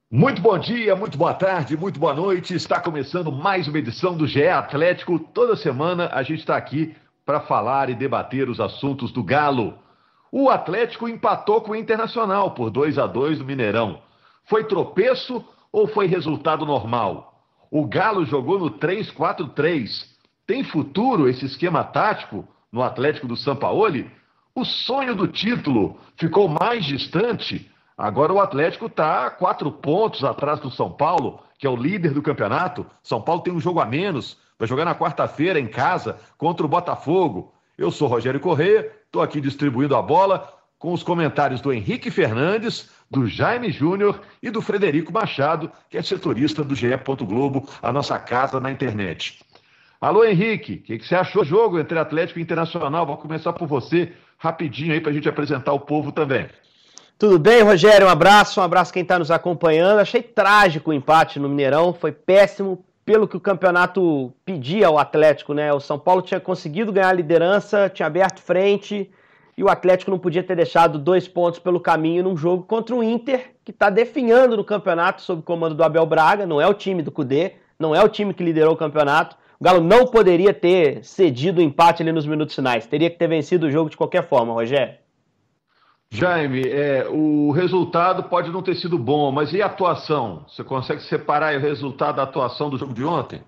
Muito bom dia, muito boa tarde, muito boa noite. Está começando mais uma edição do GE Atlético. Toda semana a gente está aqui para falar e debater os assuntos do Galo. O Atlético empatou com o Internacional por 2-2 no Mineirão. Foi tropeço ou foi resultado normal? O Galo jogou no 3-4-3. Tem futuro esse esquema tático no Atlético do Sampaoli? O sonho do título ficou mais distante? Agora o Atlético está 4 pontos atrás do São Paulo, que é o líder do campeonato. São Paulo tem um jogo a menos, vai jogar na quarta-feira em casa contra o Botafogo. Eu sou Rogério Corrêa, estou aqui distribuindo a bola com os comentários do Henrique Fernandes, do Jaime Júnior e do Frederico Machado, que é setorista do GE. Globo, a nossa casa na internet. Alô, Henrique, o que você achou do jogo entre Atlético e Internacional? Vou começar por você, rapidinho aí, para a gente apresentar o povo também. Tudo bem, Rogério? Um abraço quem está nos acompanhando. Achei trágico o empate no Mineirão, foi péssimo pelo que o campeonato pedia ao Atlético, né? O São Paulo tinha conseguido ganhar a liderança, tinha aberto frente e o Atlético não podia ter deixado 2 pontos pelo caminho num jogo contra o Inter, que está definhando no campeonato sob o comando do Abel Braga, não é o time do Kudê, não é o time que liderou o campeonato. O Galo não poderia ter cedido o empate ali nos minutos finais, teria que ter vencido o jogo de qualquer forma, Rogério. Jaime, o resultado pode não ter sido bom, mas e a atuação? Você consegue separar o resultado da atuação do jogo de ontem?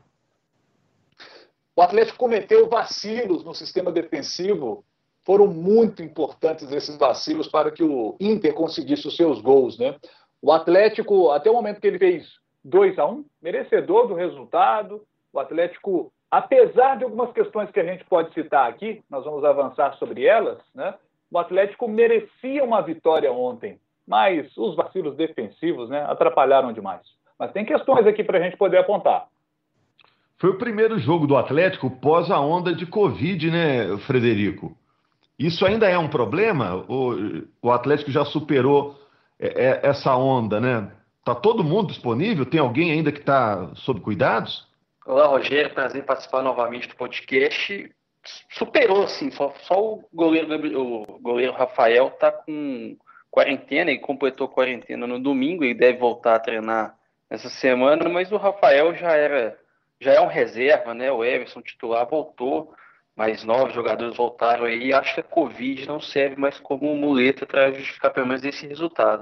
O Atlético cometeu vacilos no sistema defensivo. Foram muito importantes esses vacilos para que o Inter conseguisse os seus gols, né? O Atlético, até o momento que ele fez 2-1, merecedor do resultado. O Atlético, apesar de algumas questões que a gente pode citar aqui, nós vamos avançar sobre elas, né? O Atlético merecia uma vitória ontem, mas os vacilos defensivos, né, atrapalharam demais. Mas tem questões aqui para a gente poder apontar. Foi o primeiro jogo do Atlético pós a onda de Covid, né, Frederico? Isso ainda é um problema? O Atlético já superou essa onda, né? Tá todo mundo disponível? Tem alguém ainda que está sob cuidados? Olá, Rogério. Prazer em participar novamente do podcast. Superou, assim, só o goleiro Rafael tá com quarentena, ele completou quarentena no domingo, ele deve voltar a treinar essa semana, mas o Rafael já é um reserva, né? O Everson titular voltou, mais 9 jogadores voltaram aí, acho que a Covid não serve mais como muleta para justificar pelo menos esse resultado.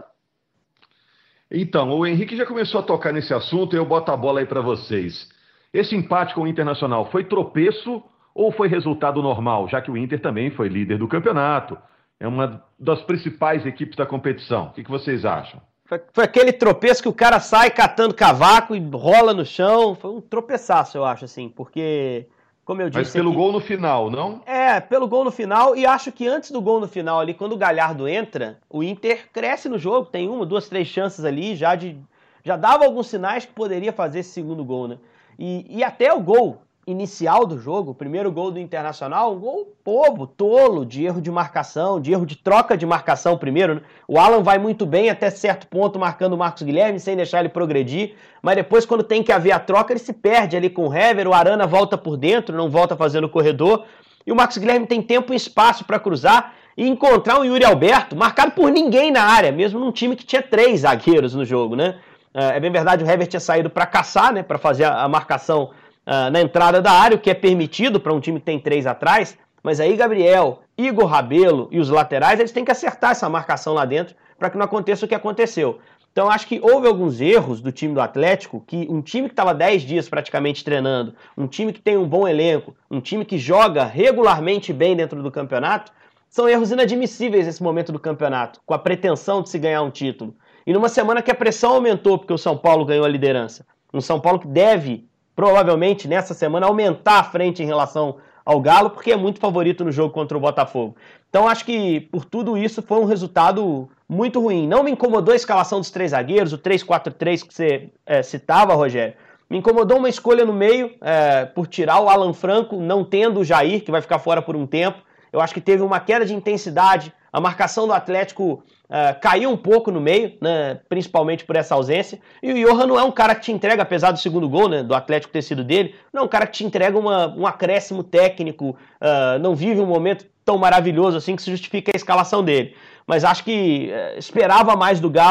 Então, o Henrique já começou a tocar nesse assunto e eu boto a bola aí para vocês. Esse empate com o Internacional foi tropeço ou foi resultado normal, já que o Inter também foi líder do campeonato? É uma das principais equipes da competição. O que vocês acham? Foi aquele tropeço que o cara sai catando cavaco e rola no chão. Foi um tropeçaço, eu acho, assim, porque, como eu disse... Mas pelo gol no final, não? Pelo gol no final, e acho que antes do gol no final ali, quando o Galhardo entra, o Inter cresce no jogo, tem 1, 2, 3 chances ali, já dava alguns sinais que poderia fazer esse segundo gol, né? E até o gol inicial do jogo, o primeiro gol do Internacional, um gol bobo, tolo, de erro de marcação, de erro de troca de marcação primeiro, né? O Alan vai muito bem até certo ponto marcando o Marcos Guilherme, sem deixar ele progredir, mas depois quando tem que haver a troca, ele se perde ali com o Hever, o Arana volta por dentro, não volta fazendo o corredor, e o Marcos Guilherme tem tempo e espaço para cruzar e encontrar um Yuri Alberto, marcado por ninguém na área, mesmo num time que tinha 3 zagueiros no jogo, né? É bem verdade, o Hever tinha saído para caçar, né, para fazer a marcação na entrada da área, o que é permitido para um time que tem 3 atrás, mas aí Gabriel, Igor Rabelo e os laterais, eles têm que acertar essa marcação lá dentro para que não aconteça o que aconteceu. Então acho que houve alguns erros do time do Atlético, que um time que estava 10 dias praticamente treinando, um time que tem um bom elenco, um time que joga regularmente bem dentro do campeonato, são erros inadmissíveis nesse momento do campeonato, com a pretensão de se ganhar um título. E numa semana que a pressão aumentou porque o São Paulo ganhou a liderança, um São Paulo que deve provavelmente nessa semana aumentar a frente em relação ao Galo, porque é muito favorito no jogo contra o Botafogo. Então acho que por tudo isso foi um resultado muito ruim. Não me incomodou a escalação dos 3 zagueiros, o 3-4-3 que você citava, Rogério. Me incomodou uma escolha no meio, por tirar o Alan Franco, não tendo o Jair, que vai ficar fora por um tempo. Eu acho que teve uma queda de intensidade, a marcação do Atlético caiu um pouco no meio, né, principalmente por essa ausência, e o Johan não é um cara que te entrega, apesar do segundo gol, né, do Atlético ter sido dele, não é um cara que te entrega um acréscimo técnico, não vive um momento tão maravilhoso assim que se justifica a escalação dele, mas acho que esperava mais do Galo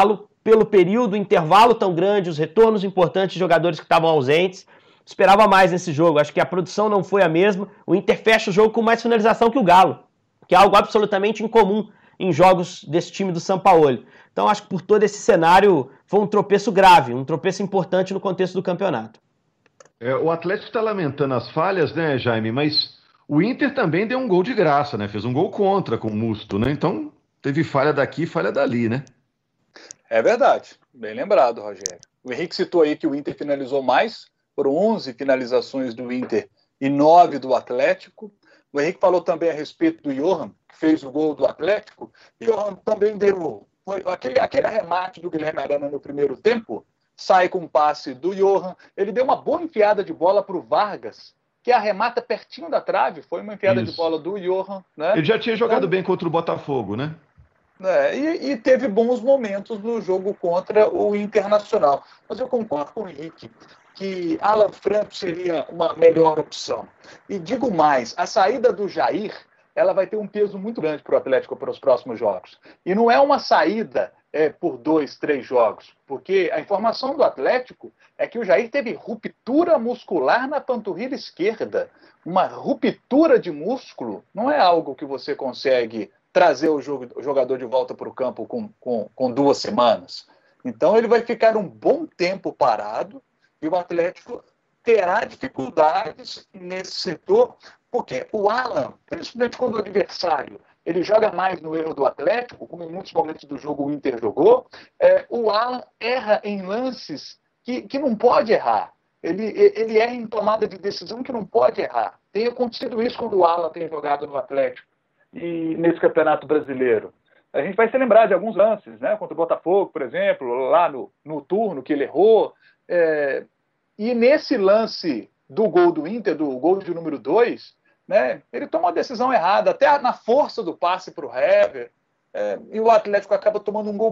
pelo período, o intervalo tão grande, os retornos importantes de jogadores que estavam ausentes. Esperava mais nesse jogo, acho que a produção não foi a mesma. O Inter fecha o jogo com mais finalização que o Galo, que é algo absolutamente incomum em jogos desse time do Sampaoli. Então acho que por todo esse cenário foi um tropeço grave, um tropeço importante no contexto do campeonato. O Atlético está lamentando as falhas, né, Jaime? Mas o Inter também deu um gol de graça, né? Fez um gol contra com o Musto, né? Então teve falha daqui e falha dali, né? É verdade, bem lembrado, Rogério. O Henrique citou aí que o Inter finalizou mais, foram 11 finalizações do Inter e 9 do Atlético. O Henrique falou também a respeito do Johan, que fez o gol do Atlético. O Johan também deu aquele arremate do Guilherme Arana no primeiro tempo, sai com um passe do Johan. Ele deu uma boa enfiada de bola para o Vargas, que arremata pertinho da trave. Foi uma enfiada de bola do Johan, né? Ele já tinha jogado bem contra o Botafogo, né? E teve bons momentos no jogo contra o Internacional. Mas eu concordo com o Henrique que Alan Franco seria uma melhor opção. E digo mais, a saída do Jair, ela vai ter um peso muito grande para o Atlético para os próximos jogos. E não é uma saída por 2, 3 jogos, porque a informação do Atlético é que o Jair teve ruptura muscular na panturrilha esquerda. Uma ruptura de músculo não é algo que você consegue trazer o jogador de volta para o campo com 2 semanas. Então ele vai ficar um bom tempo parado e o Atlético terá dificuldades nesse setor, porque o Alan, principalmente quando o adversário ele joga mais no erro do Atlético, como em muitos momentos do jogo o Inter jogou, o Alan erra em lances que não pode errar. Ele erra em tomada de decisão que não pode errar. Tem acontecido isso quando o Alan tem jogado no Atlético e nesse Campeonato Brasileiro. A gente vai se lembrar de alguns lances, né? Contra o Botafogo, por exemplo, lá no turno que ele errou. E nesse lance do gol do Inter, do gol de número 2, né, ele toma uma decisão errada, até na força do passe para o Hever, e o Atlético acaba tomando um gol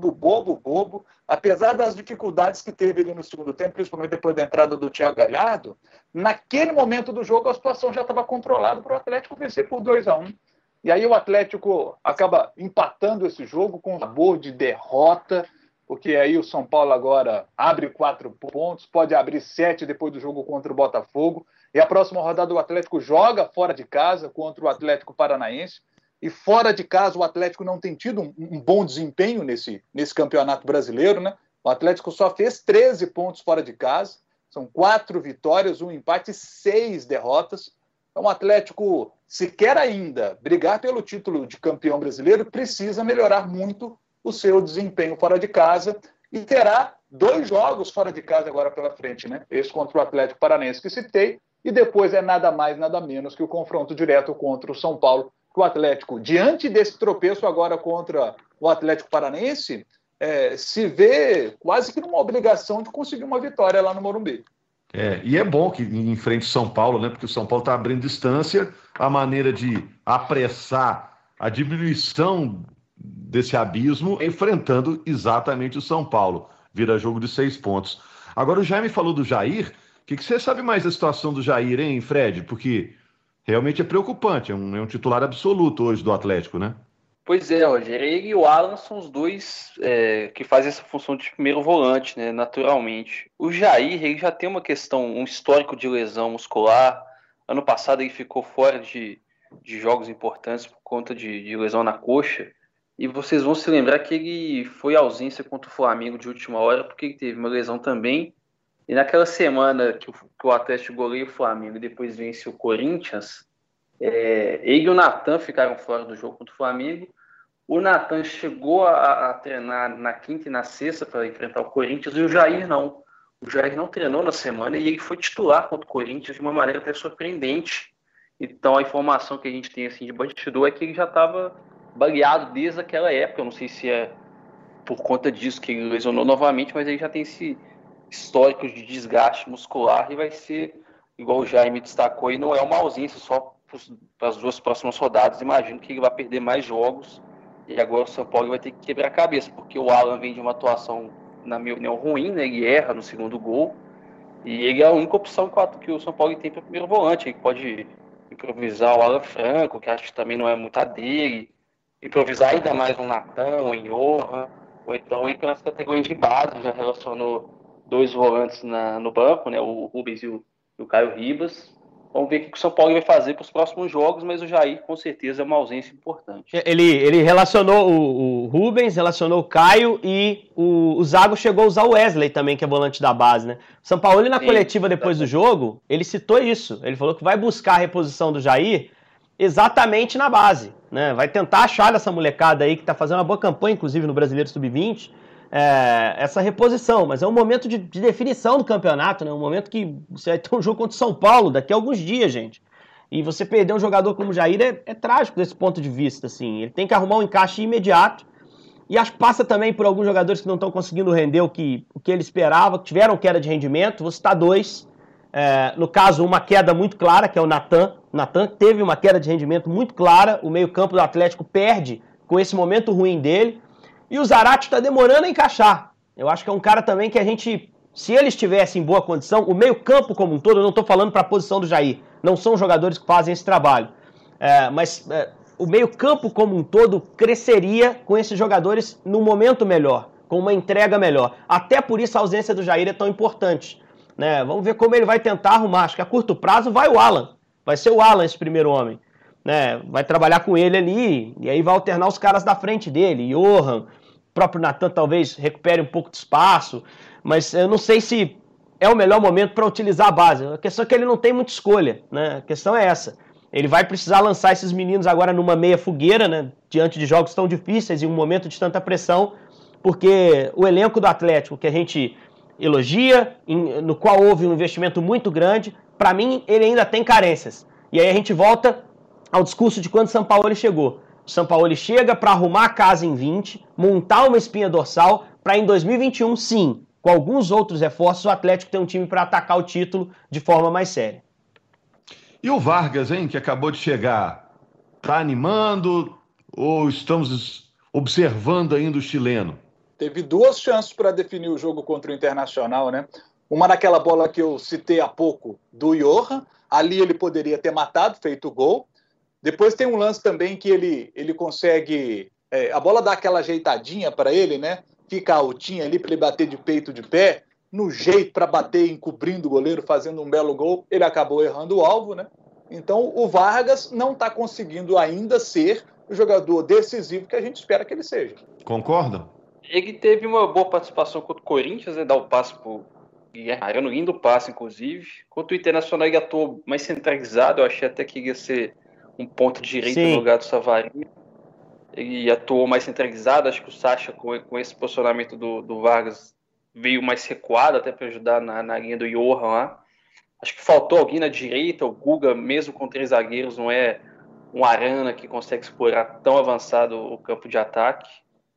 bobo, apesar das dificuldades que teve ali no segundo tempo, principalmente depois da entrada do Thiago Galhardo. Naquele momento do jogo, a situação já estava controlada para o Atlético vencer por 2-1. E aí o Atlético acaba empatando esse jogo com sabor de derrota, porque aí o São Paulo agora abre 4 pontos, pode abrir 7 depois do jogo contra o Botafogo, e a próxima rodada o Atlético joga fora de casa contra o Atlético Paranaense, e fora de casa o Atlético não tem tido um bom desempenho nesse Campeonato Brasileiro, né? O Atlético só fez 13 pontos fora de casa, são 4 vitórias, 1 empate e 6 derrotas. Então o Atlético, se quer ainda brigar pelo título de campeão brasileiro, precisa melhorar muito o seu desempenho fora de casa e terá 2 jogos fora de casa agora pela frente, né? Esse contra o Atlético Paranaense que citei e depois é nada mais, nada menos que o confronto direto contra o São Paulo. O Atlético, diante desse tropeço agora contra o Atlético Paranaense, se vê quase que numa obrigação de conseguir uma vitória lá no Morumbi. E é bom que enfrente o São Paulo, né? Porque o São Paulo está abrindo distância, a maneira de apressar a diminuição desse abismo, enfrentando exatamente o São Paulo. Vira jogo de 6 pontos. Agora o Jaime falou do Jair. O que você sabe mais da situação do Jair, hein, Fred? Porque realmente é preocupante, é um titular absoluto hoje do Atlético, né? Pois é, Rogério. Ele e o Alan são os dois que fazem essa função de primeiro volante, né, naturalmente. O Jair, ele já tem um histórico de lesão muscular. Ano passado ele ficou fora de jogos importantes por conta de lesão na coxa. E vocês vão se lembrar que ele foi ausência contra o Flamengo de última hora porque ele teve uma lesão também. E naquela semana que o Atlético goleia o Flamengo e depois vence o Corinthians, ele e o Natan ficaram fora do jogo contra o Flamengo. O Natan chegou a treinar na quinta e na sexta para enfrentar o Corinthians e o Jair não. O Jair não treinou na semana e ele foi titular contra o Corinthians de uma maneira até surpreendente. Então a informação que a gente tem assim, de bastidor é que ele já estava baleado desde aquela época. Eu não sei se é por conta disso que ele lesionou novamente, mas ele já tem esse histórico de desgaste muscular e vai ser, igual o Jaime destacou, e não é uma ausência só para as 2 próximas rodadas. Imagino que ele vai perder mais jogos e agora o São Paulo vai ter que quebrar a cabeça, porque o Alan vem de uma atuação, na minha opinião, ruim, né? Ele erra no segundo gol e ele é a única opção que o São Paulo tem para o primeiro volante. Ele pode improvisar o Alan Franco, que acho que também não é muito a dele, improvisar ainda mais um Natan, um Johan, Ou então entra nas categorias de base, já relacionou 2 volantes no banco, né? O Rubens e o Caio Ribas. Vamos ver o que o São Paulo vai fazer para os próximos jogos, mas o Jair, com certeza, é uma ausência importante. Ele relacionou o Rubens, relacionou o Caio e o Zago chegou a usar o Wesley também, que é volante da base, né? O São Paulo, na coletiva depois do jogo, ele citou isso. Ele falou que vai buscar a reposição do Jair exatamente na base, né? Vai tentar achar dessa molecada aí que tá fazendo uma boa campanha, inclusive no Brasileiro Sub-20, essa reposição, mas é um momento de definição do campeonato, né? Um momento que você vai ter um jogo contra o São Paulo daqui a alguns dias, gente. E você perder um jogador como o Jair é trágico desse ponto de vista, assim. Ele tem que arrumar um encaixe imediato. E acho que passa também por alguns jogadores que não estão conseguindo render o que ele esperava, que tiveram queda de rendimento. Vou citar 2. No caso, uma queda muito clara, que é o Natan. O Natan teve uma queda de rendimento muito clara. O meio-campo do Atlético perde com esse momento ruim dele. E o Zarate está demorando a encaixar. Eu acho que é um cara também que a gente, se ele estivesse em boa condição, o meio-campo como um todo, eu não estou falando para a posição do Jair, não são jogadores que fazem esse trabalho. Mas o meio-campo como um todo cresceria com esses jogadores num momento melhor, com uma entrega melhor. Até por isso a ausência do Jair é tão importante, né? Vamos ver como ele vai tentar arrumar. Acho que a curto prazo vai o Alan. Vai ser o Alan esse primeiro homem, né? Vai trabalhar com ele ali, e aí vai alternar os caras da frente dele, Johan. O próprio Natan talvez recupere um pouco de espaço, mas eu não sei se é o melhor momento para utilizar a base. A questão é que ele não tem muita escolha, né? A questão é essa. Ele vai precisar lançar esses meninos agora numa meia fogueira, né? Diante de jogos tão difíceis e um momento de tanta pressão, porque o elenco do Atlético, que a gente elogia, no qual houve um investimento muito grande, para mim ele ainda tem carências. E aí a gente volta ao discurso de quando o São Paulo chegou. O São Paulo chega para arrumar a casa em 20, montar uma espinha dorsal, para em 2021, sim, com alguns outros reforços, o Atlético ter um time para atacar o título de forma mais séria. E o Vargas, hein, que acabou de chegar, tá animando ou estamos observando ainda o chileno? Teve 2 chances para definir o jogo contra o Internacional, né? Uma naquela bola que eu citei há pouco do Johan, ali ele poderia ter matado, feito o gol. Depois tem um lance também que ele consegue... a bola dá aquela ajeitadinha para ele, né? Fica altinha ali para ele bater de peito de pé. No jeito para bater, encobrindo o goleiro, fazendo um belo gol. Ele acabou errando o alvo, né? Então o Vargas não está conseguindo ainda ser o jogador decisivo que a gente espera que ele seja. Concordam? Ele teve uma boa participação contra o Corinthians, né? Dá o passe pro Guilherme Arana, lindo passe, inclusive. Contra o Internacional, ele atuou mais centralizado. Eu achei até que ia ser um ponto direito no lugar do Savarino. Ele atuou mais centralizado. Acho que o Sacha, com esse posicionamento do Vargas, veio mais recuado, até para ajudar na linha do Johan lá. Acho que faltou alguém na direita. O Guga, mesmo com 3 zagueiros, não é um Arana que consegue explorar tão avançado o campo de ataque.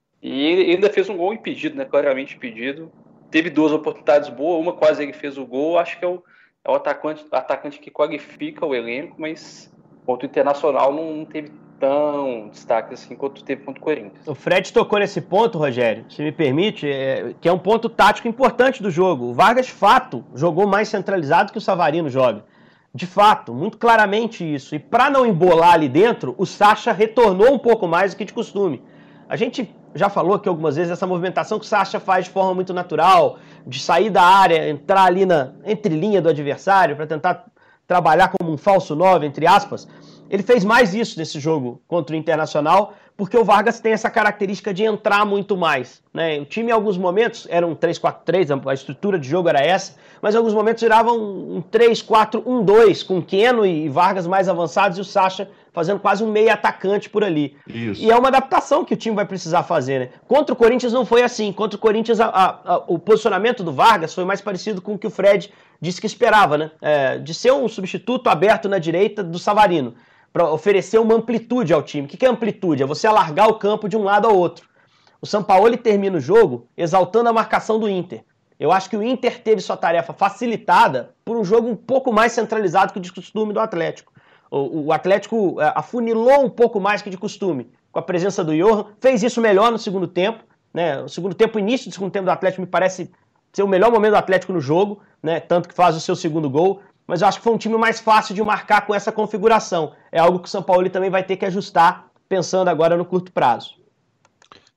E ele ainda fez um gol impedido, né? Claramente impedido. Teve 2 oportunidades boas, uma quase ele fez o gol. Acho que é o atacante que qualifica o elenco, mas contra o Internacional não teve tão destaque assim quanto teve contra o Corinthians. O Fred tocou nesse ponto, Rogério, se me permite, que é um ponto tático importante do jogo. O Vargas, de fato, jogou mais centralizado que o Savarino joga. De fato, muito claramente isso. E para não embolar ali dentro, o Sacha retornou um pouco mais do que de costume. A gente já falou aqui algumas vezes essa movimentação que o Sacha faz de forma muito natural, de sair da área, entrar ali na entrelinha do adversário para tentar trabalhar como um falso 9, entre aspas. Ele fez mais isso nesse jogo contra o Internacional, porque o Vargas tem essa característica de entrar muito mais, né? O time, em alguns momentos, era um 3-4-3, a estrutura de jogo era essa, mas em alguns momentos virava um 3-4-1-2, com Keno e Vargas mais avançados e o Sacha fazendo quase um meio atacante por ali. Isso. E é uma adaptação que o time vai precisar fazer, né? Contra o Corinthians não foi assim. Contra o Corinthians, o posicionamento do Vargas foi mais parecido com o que o Fred disse que esperava, né? De ser um substituto aberto na direita do Savarino, para oferecer uma amplitude ao time. O que é amplitude? É você alargar o campo de um lado ao outro. O Sampaoli termina o jogo exaltando a marcação do Inter. Eu acho que o Inter teve sua tarefa facilitada por um jogo um pouco mais centralizado que o de costume do Atlético. O Atlético afunilou um pouco mais que de costume com a presença do Johan, fez isso melhor no segundo tempo, né? O segundo tempo, o início do segundo tempo do Atlético me parece ser o melhor momento do Atlético no jogo, né? Tanto que faz o seu segundo gol. Mas eu acho que foi um time mais fácil de marcar com essa configuração. É algo que o São Paulo também vai ter que ajustar, pensando agora no curto prazo.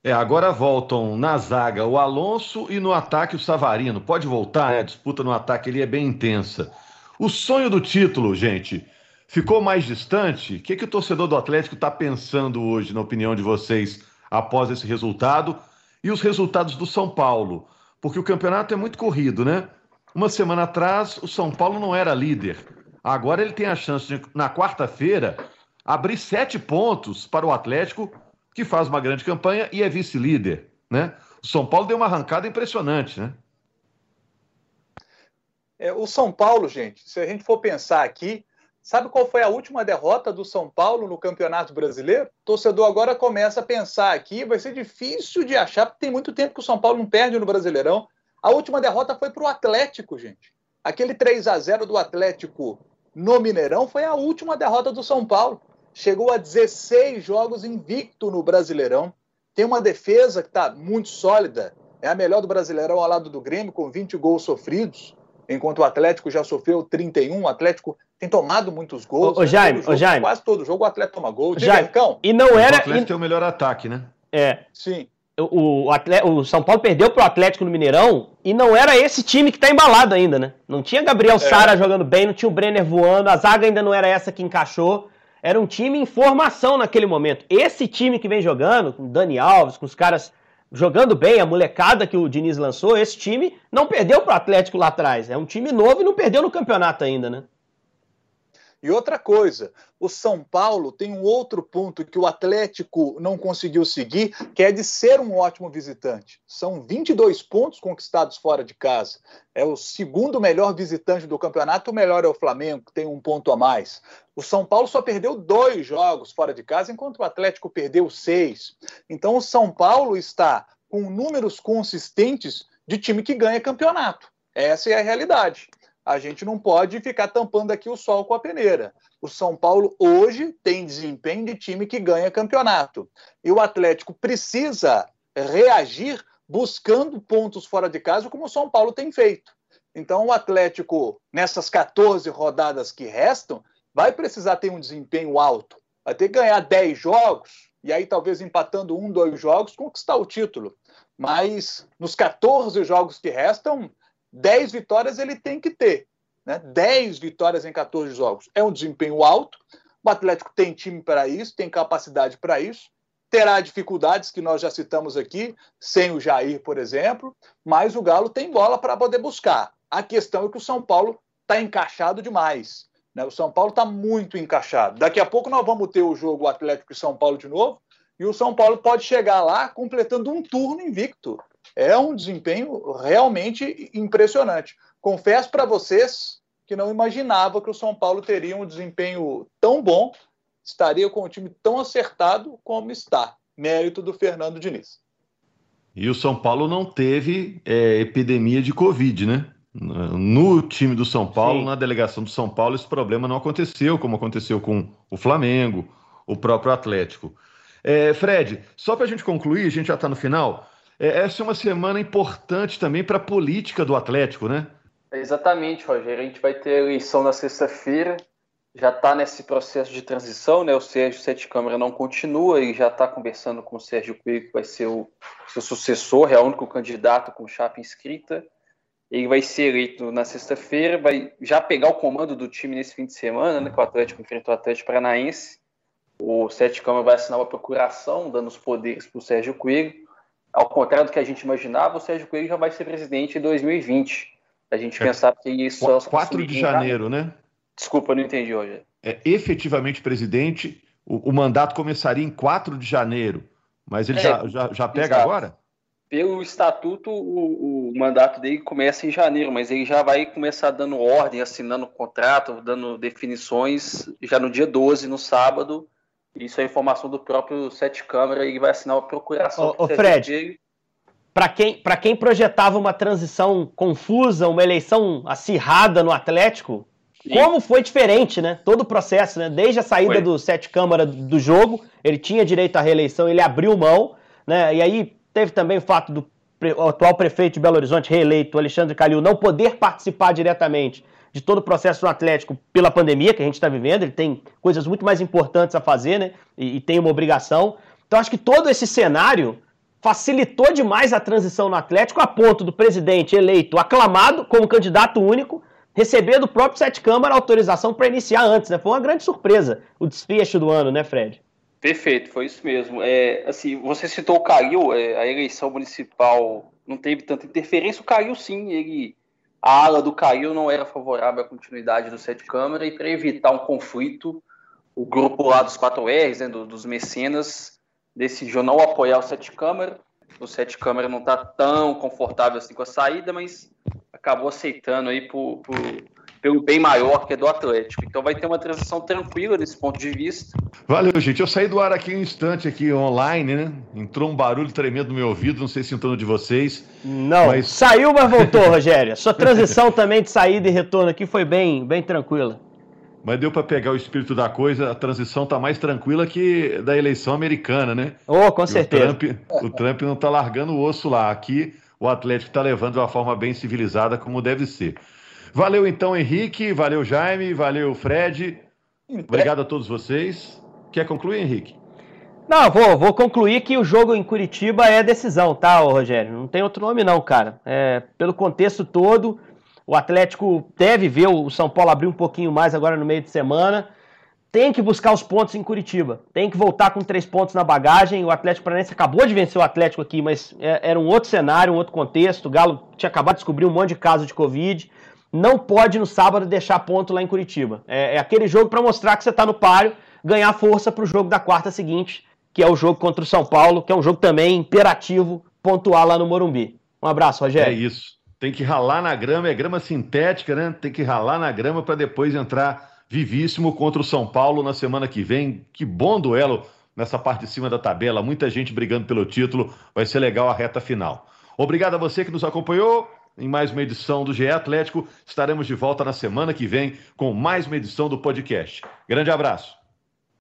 Agora voltam na zaga o Alonso e no ataque o Savarino. Pode voltar, né? A disputa no ataque ali é bem intensa. O sonho do título, gente, ficou mais distante? O que o torcedor do Atlético está pensando hoje, na opinião de vocês, após esse resultado? E os resultados do São Paulo? Porque o campeonato é muito corrido, né? Uma semana atrás, o São Paulo não era líder. Agora ele tem a chance de, na quarta-feira, abrir 7 pontos para o Atlético, que faz uma grande campanha e é vice-líder, né? O São Paulo deu uma arrancada impressionante, né? O São Paulo, gente, se a gente for pensar aqui, sabe qual foi a última derrota do São Paulo no Campeonato Brasileiro? O torcedor agora começa a pensar aqui, vai ser difícil de achar, porque tem muito tempo que o São Paulo não perde no Brasileirão. A última derrota foi para o Atlético, gente. Aquele 3-0 do Atlético no Mineirão foi a última derrota do São Paulo. Chegou a 16 jogos invicto no Brasileirão. Tem uma defesa que está muito sólida. É a melhor do Brasileirão ao lado do Grêmio, com 20 gols sofridos, enquanto o Atlético já sofreu 31. O Atlético tem tomado muitos gols. Jaime, quase todo jogo o Atlético toma gol. Jaime, e não era... O Atlético tem o melhor ataque, né? Sim. O São Paulo perdeu pro Atlético no Mineirão e não era esse time que tá embalado ainda, né? Não tinha Gabriel Sara jogando bem, não tinha o Brenner voando, a zaga ainda não era essa que encaixou. Era um time em formação naquele momento. Esse time que vem jogando, com o Dani Alves, com os caras jogando bem, a molecada que o Diniz lançou, esse time não perdeu pro Atlético lá atrás. É um time novo e não perdeu no campeonato ainda, né? E outra coisa, o São Paulo tem um outro ponto que o Atlético não conseguiu seguir, que é de ser um ótimo visitante. São 22 pontos conquistados fora de casa. É o segundo melhor visitante do campeonato, o melhor é o Flamengo, que tem 1 ponto a mais. O São Paulo só perdeu 2 jogos fora de casa, enquanto o Atlético perdeu 6. Então o São Paulo está com números consistentes de time que ganha campeonato. Essa é a realidade. A gente não pode ficar tampando aqui o sol com a peneira. O São Paulo hoje tem desempenho de time que ganha campeonato. E o Atlético precisa reagir buscando pontos fora de casa, como o São Paulo tem feito. Então o Atlético, nessas 14 rodadas que restam, vai precisar ter um desempenho alto. Vai ter que ganhar 10 jogos, e aí talvez empatando 1, 2 jogos, conquistar o título. Mas nos 14 jogos que restam, 10 vitórias ele tem que ter, né? 10 vitórias em 14 jogos. É um desempenho alto. O Atlético tem time para isso, tem capacidade para isso. Terá dificuldades que nós já citamos aqui, sem o Jair, por exemplo, mas o Galo tem bola para poder buscar. A questão é que o São Paulo está encaixado demais, né? O São Paulo está muito encaixado. Daqui a pouco nós vamos ter o jogo Atlético e São Paulo de novo, e o São Paulo pode chegar lá completando um turno invicto. É um desempenho realmente impressionante. Confesso para vocês que não imaginava que o São Paulo teria um desempenho tão bom, estaria com um time tão acertado como está. Mérito do Fernando Diniz. E o São Paulo não teve epidemia de Covid, né? No time do São Paulo, na delegação do São Paulo, esse problema não aconteceu, como aconteceu com o Flamengo, o próprio Atlético. Fred, só para a gente concluir, a gente já está no final... Essa é uma semana importante também para a política do Atlético, né? Exatamente, Rogério. A gente vai ter a eleição na sexta-feira, já está nesse processo de transição, né? O Sérgio Sete Câmara não continua e já está conversando com o Sérgio Coelho, que vai ser o seu sucessor, é o único candidato com chapa inscrita. Ele vai ser eleito na sexta-feira, vai já pegar o comando do time nesse fim de semana, né? Que o Atlético enfrenta o Atlético Paranaense. O Sete Câmara vai assinar uma procuração, dando os poderes para o Sérgio Coelho. Ao contrário do que a gente imaginava, o Sérgio Coelho já vai ser presidente em 2020. A gente pensava que isso... 4 de janeiro, né? Desculpa, eu não entendi, Rogério. Efetivamente presidente, o mandato começaria em 4 de janeiro, mas ele já pega agora? Pelo estatuto, o mandato dele começa em janeiro, mas ele já vai começar dando ordem, assinando contrato, dando definições, já no dia 12, no sábado. Isso é informação do próprio Sete Câmara e vai assinar uma procuração. Fred, para quem projetava uma transição confusa, uma eleição acirrada no Atlético, como foi diferente, né? Todo o processo, né? Desde a saída do Sete Câmara do jogo, ele tinha direito à reeleição, ele abriu mão, né? E aí teve também o fato do atual prefeito de Belo Horizonte, reeleito, Alexandre Calil, não poder participar diretamente de todo o processo do Atlético pela pandemia que a gente está vivendo. Ele tem coisas muito mais importantes a fazer, né? E tem uma obrigação. Então acho que todo esse cenário facilitou demais a transição no Atlético, a ponto do presidente eleito aclamado como candidato único receber do próprio Sete Câmara a autorização para iniciar antes, né? Foi uma grande surpresa o desfecho do ano, né, Fred? Perfeito, foi isso mesmo. Assim, você citou o Calil, a eleição municipal não teve tanta interferência. O Calil, sim, a ala do Calil não era favorável à continuidade do Sete Câmara, e para evitar um conflito, o grupo lá dos 4Rs, né, dos mecenas, decidiu não apoiar o Sete Câmara. O Sete Câmara não está tão confortável assim com a saída, mas acabou aceitando aí pelo bem maior, que é do Atlético. Então vai ter uma transição tranquila desse ponto de vista. Valeu, gente. Eu saí do ar aqui um instante, aqui online, né? Entrou um barulho tremendo no meu ouvido, não sei se entrou no de vocês. Não, mas... saiu, mas voltou, Rogério. Sua transição também de saída e retorno aqui foi bem tranquila. Mas deu para pegar o espírito da coisa, a transição está mais tranquila que da eleição americana, né? Oh, com certeza. O Trump não está largando o osso lá. Aqui o Atlético está levando de uma forma bem civilizada, como deve ser. Valeu então, Henrique, valeu Jaime, valeu Fred. Obrigado a todos vocês. Quer concluir, Henrique? Não, vou concluir que o jogo em Curitiba é decisão, tá, Rogério? Não tem outro nome não, cara. Pelo contexto todo, o Atlético deve ver o São Paulo abrir um pouquinho mais agora no meio de semana. Tem que buscar os pontos em Curitiba. Tem que voltar com 3 pontos na bagagem. O Atlético Paranaense acabou de vencer o Atlético aqui, mas era um outro cenário, um outro contexto. O Galo tinha acabado de descobrir um monte de casos de Covid. Não pode no sábado deixar ponto lá em Curitiba. É aquele jogo para mostrar que você está no páreo, ganhar força para o jogo da quarta seguinte, que é o jogo contra o São Paulo, que é um jogo também imperativo pontuar lá no Morumbi. Um abraço, Rogério. É isso. Tem que ralar na grama, é grama sintética, né? Tem que ralar na grama para depois entrar vivíssimo contra o São Paulo na semana que vem. Que bom duelo nessa parte de cima da tabela. Muita gente brigando pelo título. Vai ser legal a reta final. Obrigado a você que nos acompanhou em mais uma edição do GE Atlético. Estaremos de volta na semana que vem com mais uma edição do podcast. Grande abraço.